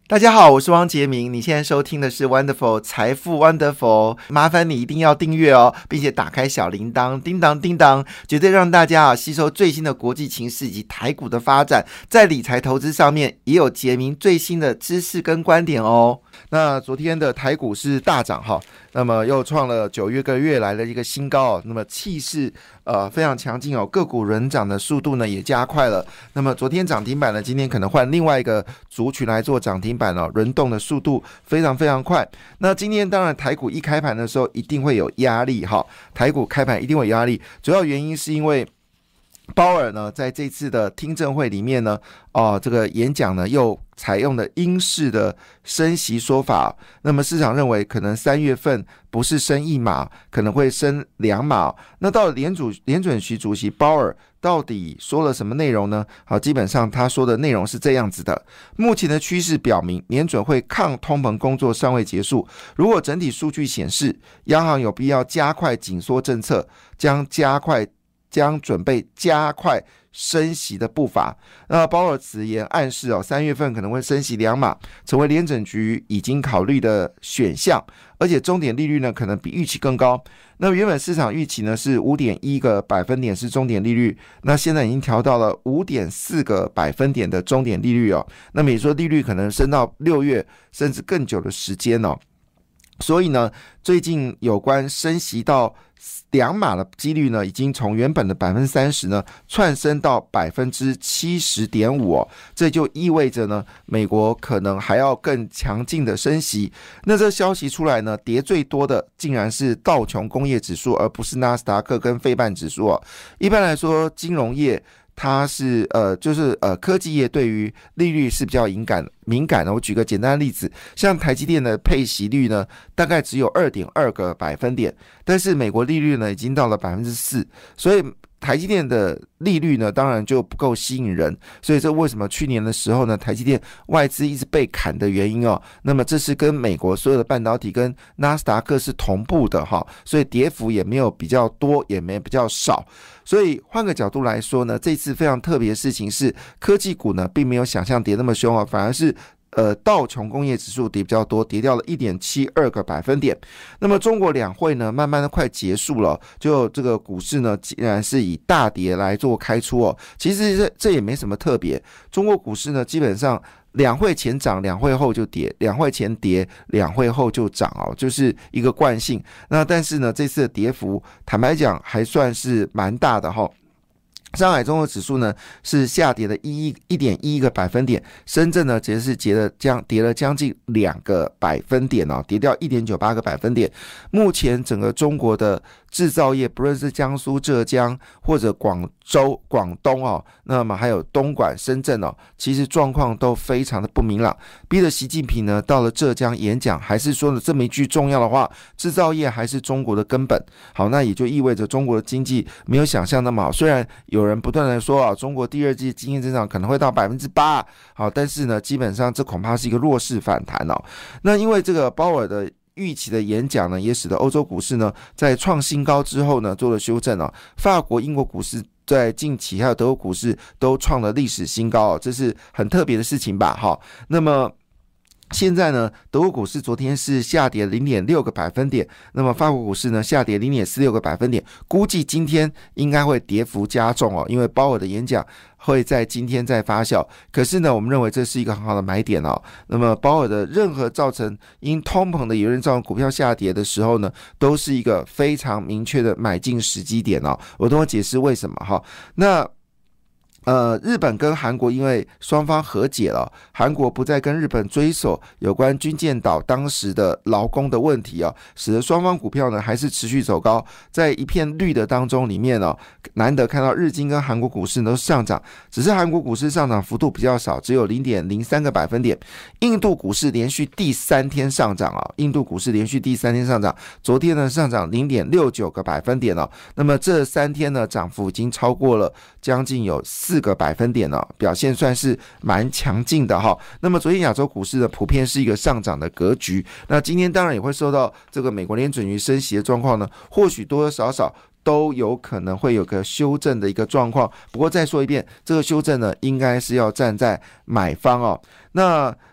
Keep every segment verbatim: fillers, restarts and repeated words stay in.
大家好，我是汪杰明，你现在收听的是 Wonderful 财富 Wonderful， 麻烦你一定要订阅哦，并且打开小铃铛，叮当叮当，绝对让大家啊吸收最新的国际情势以及台股的发展，在理财投资上面也有杰明最新的知识跟观点哦。那昨天的台股是大涨哈，那么又创了九月个月来的一个新高哦，那么气势呃非常强劲哦，个股轮涨的速度呢也加快了。那么昨天涨停板呢，今天可能换另外一个族群来做涨停板哦，轮动的速度非常非常快。那今天当然台股一开盘的时候一定会有压力哈，台股开盘一定会有压力，主要原因是因为鲍尔呢，在这次的听证会里面呢，哦，这个演讲呢又采用了鹰式的升息说法。那么市场认为可能三月份不是升一码，可能会升两码。那到了联主联准局主席鲍尔到底说了什么内容呢？好，基本上他说的内容是这样子的：目前的趋势表明，联准会抗通膨工作尚未结束。如果整体数据显示，央行有必要加快紧缩政策，将加快。将准备加快升息的步伐。那鲍尔此言暗示哦，三月份可能会升息两码，成为联准局已经考虑的选项，而且终点利率呢可能比预期更高。那原本市场预期呢是 五点一 个百分点是终点利率，那现在已经调到了 五点四 个百分点的终点利率哦。那么也说利率可能升到六月甚至更久的时间哦。所以呢，最近有关升息到两码的几率呢，已经从原本的 百分之三十 呢窜升到 百分之七十点五 哦，这就意味着呢，美国可能还要更强劲的升息。那这消息出来呢，跌最多的竟然是道琼工业指数，而不是纳斯达克跟费半指数哦。一般来说，金融业它是呃，就是呃，科技业对于利率是比较敏感敏感的。我举个简单的例子，像台积电的配息率呢，大概只有 二点二 个百分点，但是美国利率呢已经到了 百分之四， 所以台积电的利率呢，当然就不够吸引人，所以这为什么去年的时候呢，台积电外资一直被砍的原因哦。那么这是跟美国所有的半导体跟纳斯达克是同步的哈，所以跌幅也没有比较多，也没比较少。所以换个角度来说呢，这次非常特别的事情是，科技股呢并没有想象跌那么凶哦，反而是呃，道琼工业指数跌比较多，跌掉了 一点七二 个百分点。那么中国两会呢，慢慢的快结束了，就这个股市呢，竟然是以大跌来做开出哦。其实这这也没什么特别，中国股市呢，基本上两会前涨，两会后就跌，两会前跌，两会后就涨哦，就是一个惯性。那但是呢，这次的跌幅，坦白讲还算是蛮大的哈、哦。上海综合指数呢是下跌了 一点一 个百分点，深圳呢则是跌了将跌了将近两个百分点哦，跌掉 一点九八 个百分点。目前整个中国的制造业，不论是江苏、浙江或者广州、广东哦，那么还有东莞、深圳哦，其实状况都非常的不明朗，逼得习近平呢到了浙江演讲，还是说了这么一句重要的话：制造业还是中国的根本。好，那也就意味着中国的经济没有想象那么好，虽然有人不断的说啊，中国第二季经济增长可能会到 百分之八， 好，但是呢，基本上这恐怕是一个弱势反弹哦。那因为这个鲍尔的预期的演讲呢，也使得欧洲股市呢在创新高之后呢做了修正哦。法国、英国股市在近期还有德国股市都创了历史新高哦，这是很特别的事情吧？哈，那么。现在呢，德国股市昨天是下跌 零点六 个百分点，那么法国股市呢下跌 零点四六 个百分点，估计今天应该会跌幅加重哦，因为鲍尔的演讲会在今天再发酵。可是呢，我们认为这是一个很好的买点哦。那么鲍尔的任何造成因通膨的言论造成股票下跌的时候呢，都是一个非常明确的买进时机点哦。我等会解释为什么哈。那呃，日本跟韩国因为双方和解了，韩国不再跟日本追索有关军舰岛当时的劳工的问题啊，使得双方股票呢还是持续走高，在一片绿的当中里面哦，难得看到日经跟韩国股市都上涨，只是韩国股市上涨幅度比较少，只有 零点零三 个百分点。印度股市连续第三天上涨啊，印度股市连续第三天上涨，昨天呢上涨 零点六九 个百分点哦，那么这三天呢涨幅已经超过了将近有四个百分点了，表现算是蛮强劲的哈。那么昨天亚洲股市呢，普遍是一个上涨的格局。那今天当然也会受到这个美国联准局升息的状况呢，或许多多少少都有可能会有个修正的一个状况。不过再说一遍，这个修正呢，应该是要站在买方哦。那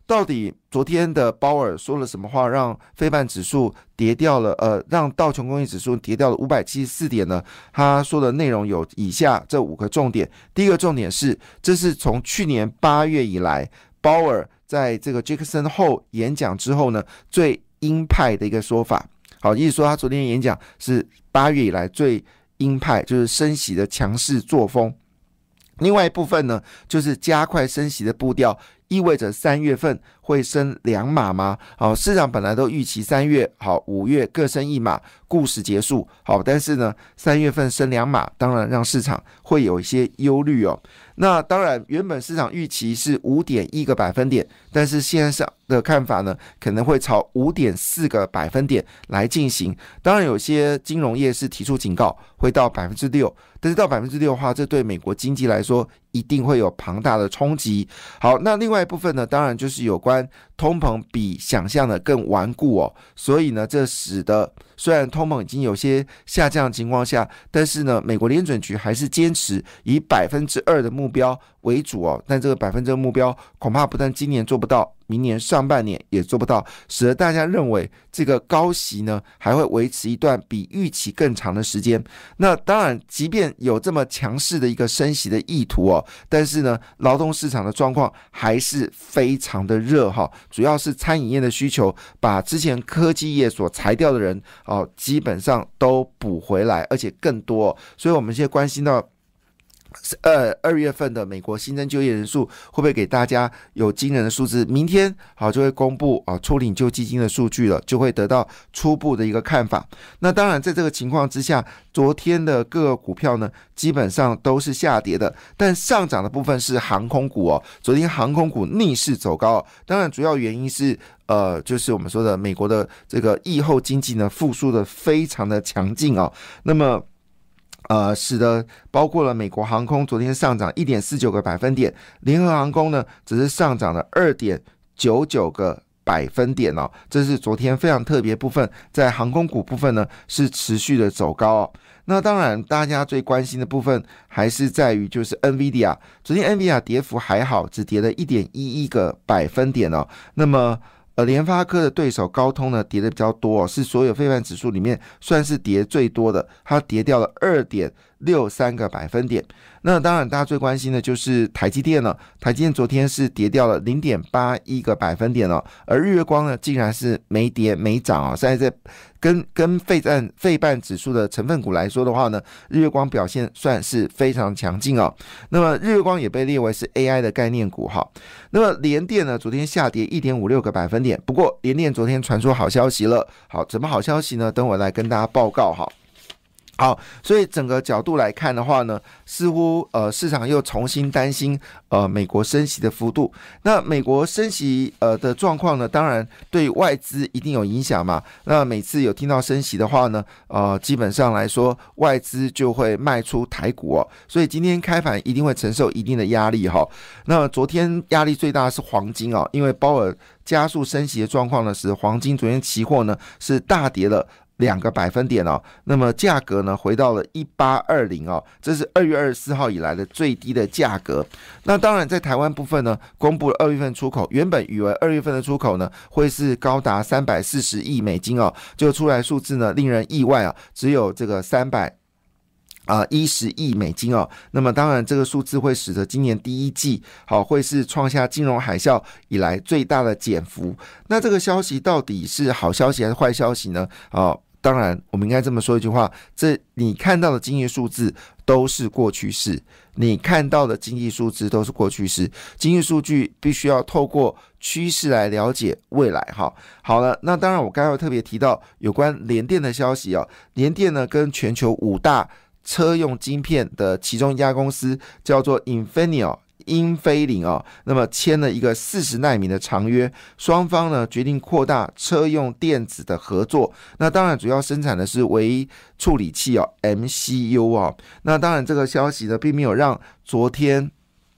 到底昨天的鲍尔说了什么话，让费半指数跌掉了？呃，让道琼工业指数跌掉了五百七十四点呢？他说的内容有以下这五个重点。第一个重点是，这是从去年八月以来，鲍尔在这个 Jackson Hole 演讲之后呢，最鹰派的一个说法。好，意思说他昨天的演讲是八月以来最鹰派，就是升息的强势作风。另外一部分呢，就是加快升息的步调，意味着三月份会升两码吗？好，市场本来都预期三月好五月各升一码，故事结束。好，但是呢，三月份升两码，当然让市场会有一些忧虑哦。那当然，原本市场预期是 五点一 个百分点，但是现在上的看法呢，可能会朝 五点四 个百分点来进行。当然，有些金融业是提出警告，会到 百分之六， 但是到 百分之六 的话，这对美国经济来说一定会有庞大的冲击。好，那另外一部分呢，当然就是有关通膨比想象的更顽固哦，所以呢，这使得虽然通膨已经有些下降的情况下，但是呢，美国联准局还是坚持以 百分之二 的目标为主哦，但这个 百分之二 目标恐怕不但今年做不到，明年上半年也做不到，使得大家认为这个高息呢还会维持一段比预期更长的时间。那当然，即便有这么强势的一个升息的意图哦，但是呢，劳动市场的状况还是非常的热哈，主要是餐饮业的需求，把之前科技业所裁掉的人哦，基本上都补回来，而且更多哦。所以我们现在关心到呃，二月份的美国新增就业人数会不会给大家有惊人的数字？明天好就会公布啊初领就基金的数据了，就会得到初步的一个看法。那当然，在这个情况之下，昨天的各个股票呢，基本上都是下跌的，但上涨的部分是航空股哦。昨天航空股逆势走高哦，当然主要原因是呃，就是我们说的美国的这个疫后经济呢复苏的非常的强劲哦。那么呃，使得包括了美国航空昨天上涨 一点四九 个百分点，联合航空呢只是上涨了 二点九九 个百分点哦，这是昨天非常特别部分，在航空股部分呢是持续的走高哦。那当然，大家最关心的部分还是在于就是 NVIDIA， 昨天 NVIDIA 跌幅还好，只跌了 一点一一 个百分点哦。那么呃，联发科的对手高通呢，跌的比较多哦，是所有费半指数里面算是跌最多的，它跌掉了 二点六三 个百分点。那当然，大家最关心的就是台积电了，台积电昨天是跌掉了 零点八一 个百分点哦，而日月光呢，竟然是没跌没涨哦，现在在跟跟费半费半指数的成分股来说的话呢，日月光表现算是非常强劲哦。那么日月光也被列为是 A I 的概念股哈。那么联电呢，昨天下跌 一点五六 个百分点，不过联电昨天传出好消息了，好，怎么好消息呢？等我来跟大家报告哈。好，所以整个角度来看的话呢，似乎呃市场又重新担心呃美国升息的幅度。那美国升息呃的状况呢，当然对外资一定有影响嘛。那每次有听到升息的话呢，呃基本上来说外资就会卖出台股哦，所以今天开盘一定会承受一定的压力哈、哦。那昨天压力最大的是黄金哦，因为鲍尔加速升息的状况呢，使黄金昨天期货呢是大跌了两个百分点哦，那么价格呢回到了一八二零哦，这是二月二十四号以来的最低的价格。那当然在台湾部分呢，公布了二月份出口，原本以为二月份的出口呢会是高达三百四十亿美金哦，就出来数字呢令人意外啊，只有这个三百啊，一十亿美金哦，那么当然这个数字会使得今年第一季好会是创下金融海啸以来最大的减幅。那这个消息到底是好消息还是坏消息呢？哦，当然我们应该这么说一句话，这你看到的经济数字都是过去式，你看到的经济数字都是过去式，经济数据必须要透过趋势来了解未来哈。好了，那当然我刚才特别提到有关联电的消息哦，联电呢跟全球五大车用晶片的其中一家公司叫做 Infineon 英飞凌哦，那么签了一个四十奈米的长约，双方呢决定扩大车用电子的合作。那当然主要生产的是微处理器哦 M C U 哦。那当然这个消息呢并没有让昨天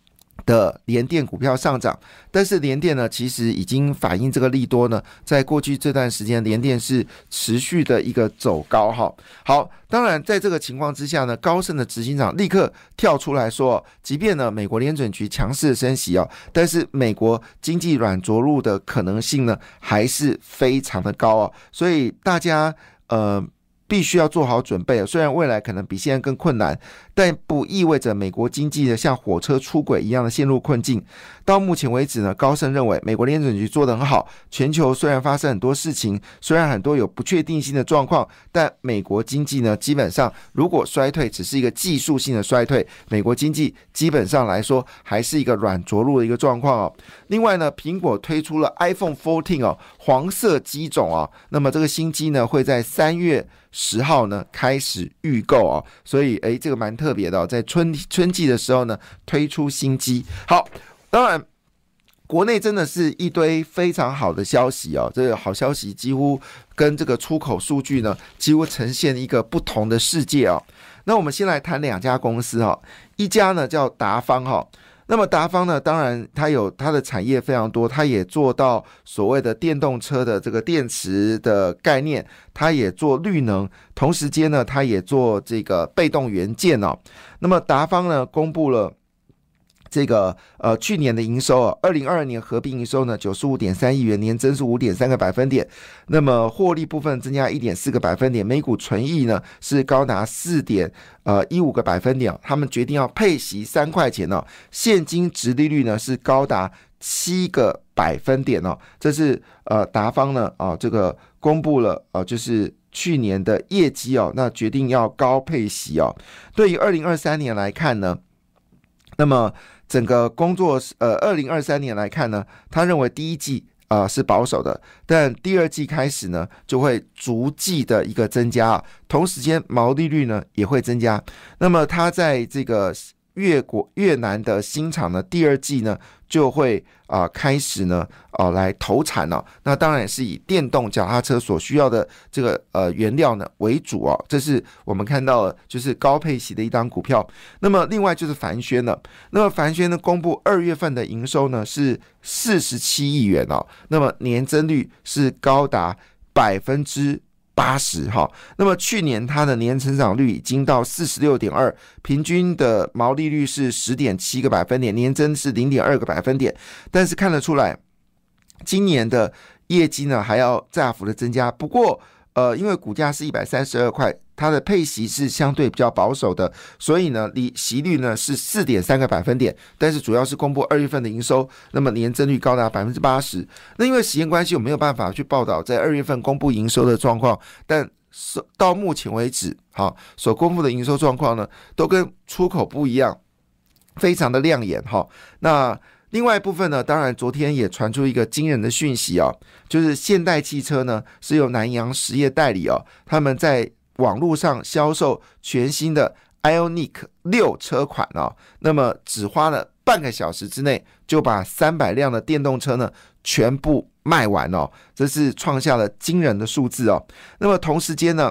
的联电股票上涨，但是联电呢，其实已经反映这个利多呢，在过去这段时间，联电是持续的一个走高哈。好，当然在这个情况之下呢，高盛的执行长立刻跳出来说，即便呢美国联准局强势的升息哦，但是美国经济软着陆的可能性呢，还是非常的高哦，所以大家呃。必须要做好准备，虽然未来可能比现在更困难，但不意味着美国经济的像火车出轨一样的陷入困境。到目前为止呢，高盛认为美国联准局做得很好，全球虽然发生很多事情，虽然很多有不确定性的状况，但美国经济呢，基本上如果衰退只是一个技术性的衰退，美国经济基本上来说还是一个软着陆的一个状况哦。另外呢，苹果推出了 iPhone 十四哦，黄色机种哦，那么这个新机呢会在三月十号呢开始预购哦，所以诶这个蛮特别的哦，在春春季的时候呢推出新机。好，当然国内真的是一堆非常好的消息哦，这个好消息几乎跟这个出口数据呢几乎呈现一个不同的世界哦。那我们先来谈两家公司哦，一家呢叫达方哈。那么达方呢，当然它有它的产业非常多，它也做到所谓的电动车的这个电池的概念，它也做绿能，同时间呢，它也做这个被动元件哦。那么达方呢，公布了这个呃去年的营收啊，二零二二年合并营收呢九十五点三亿元，年增是五点三个百分点。那么获利部分增加一点四个百分点，每股纯益呢是高达四点呃一五个百分点。他们决定要配息三块钱哦，现金殖利率呢是高达七个百分点哦。这是呃达方呢啊、呃、这个公布了呃就是去年的业绩哦，那决定要高配息哦。对于二零二三年来看呢，那么整个工作呃，二零二三年来看呢，他认为第一季啊、呃、是保守的，但第二季开始呢就会逐季的一个增加，同时间毛利率呢也会增加。那么他在这个越国越南的新厂呢，第二季呢就会啊、呃、开始呢啊、呃、来投产哦。那当然也是以电动脚踏车所需要的这个呃原料呢为主哦。这是我们看到的就是高配息的一档股票。那么另外就是凡轩了。那么凡轩呢公布二月份的营收呢是四十七亿元哦。那么年增率是高达百分之八十哈，那么去年它的年成长率已经到 四十六点二， 平均的毛利率是 十点七个百分点，年增是 零点二个百分点。但是看得出来今年的业绩呢还要大幅的增加，不过呃，因为股价是一百三十二块，它的配息是相对比较保守的，所以呢，离息率呢是 四点三个百分点，但是主要是公布二月份的营收，那么年增率高达 百分之八十。那因为时间关系，我没有办法去报道在二月份公布营收的状况，但到目前为止，好所公布的营收状况呢，都跟出口不一样，非常的亮眼哈。那另外一部分呢，当然昨天也传出一个惊人的讯息哦，就是现代汽车呢是由南洋实业代理哦，他们在网络上销售全新的 Ioniq 六车款哦，那么只花了半个小时之内就把三百辆的电动车呢全部卖完哦，这是创下了惊人的数字哦。那么同时间呢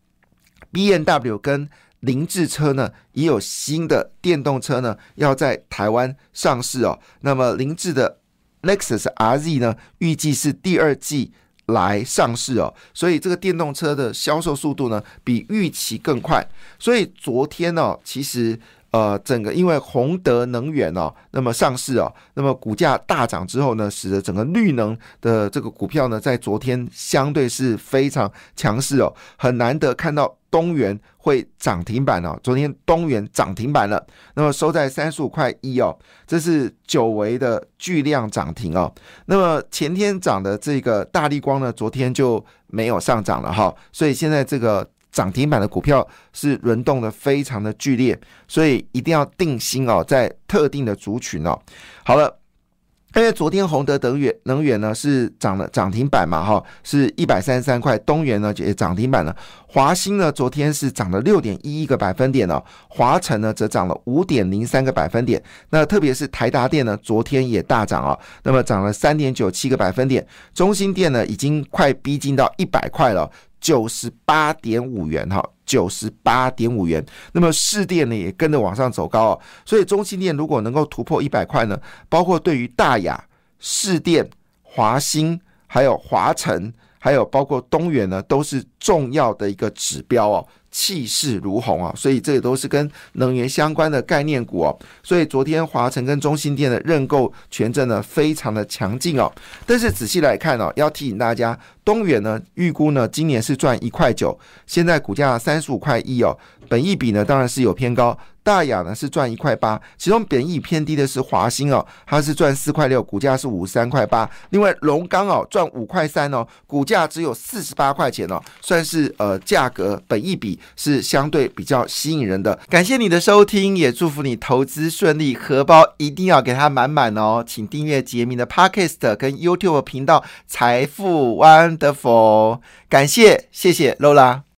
B M W 跟凌志车呢也有新的电动车呢要在台湾上市哦。那么凌志的 Lexus R Z 呢预计是第二季来上市哦，所以这个电动车的销售速度呢比预期更快。所以昨天哦，其实呃整个因为宏德能源哦，那么上市哦，那么股价大涨之后呢，使得整个绿能的这个股票呢，在昨天相对是非常强势哦，很难得看到东元会涨停板哦，昨天东元涨停板了，那么收在三十五块一哦，这是久违的巨量涨停哦。那么前天涨的这个大立光呢，昨天就没有上涨了哈，所以现在这个涨停板的股票是轮动的非常的剧烈，所以一定要定心哦，在特定的族群哦。好了。因为昨天宏德能源能源呢是涨了涨停板嘛哈，是一百三十三块，东元呢也涨停板了，华兴呢昨天是涨了 六点一一个百分点哦，华城呢则涨了 五点零三个百分点，那特别是台达电呢昨天也大涨哦，那么涨了 三点九七个百分点，中兴电呢已经快逼近到一百块了，九十八点五元哈， 九十八点五元。那么市电呢也跟着往上走高哦，所以中兴电如果能够突破一百块呢，包括对于大亚、市电、华兴还有华城还有包括东元呢，都是重要的一个指标哦，气势如虹啊，所以这也都是跟能源相关的概念股哦。所以昨天华城跟中兴电的认购权证呢，非常的强劲哦。但是仔细来看哦，要提醒大家，东元呢预估呢今年是赚一块九，现在股价三十五块一哦，本益比呢当然是有偏高。大亚呢是赚一块八，其中本益偏低的是华兴哦，它是赚四块六，股价是五十三块八。另外龙钢哦赚五块三哦，股价只有四十八块钱哦，算是呃价格本益比是相对比较吸引人的。感谢你的收听，也祝福你投资顺利，荷包一定要给它满满哦。请订阅杰明的 Podcast 跟 YouTube 频道财富 Wonderful， 感谢谢谢 Lola。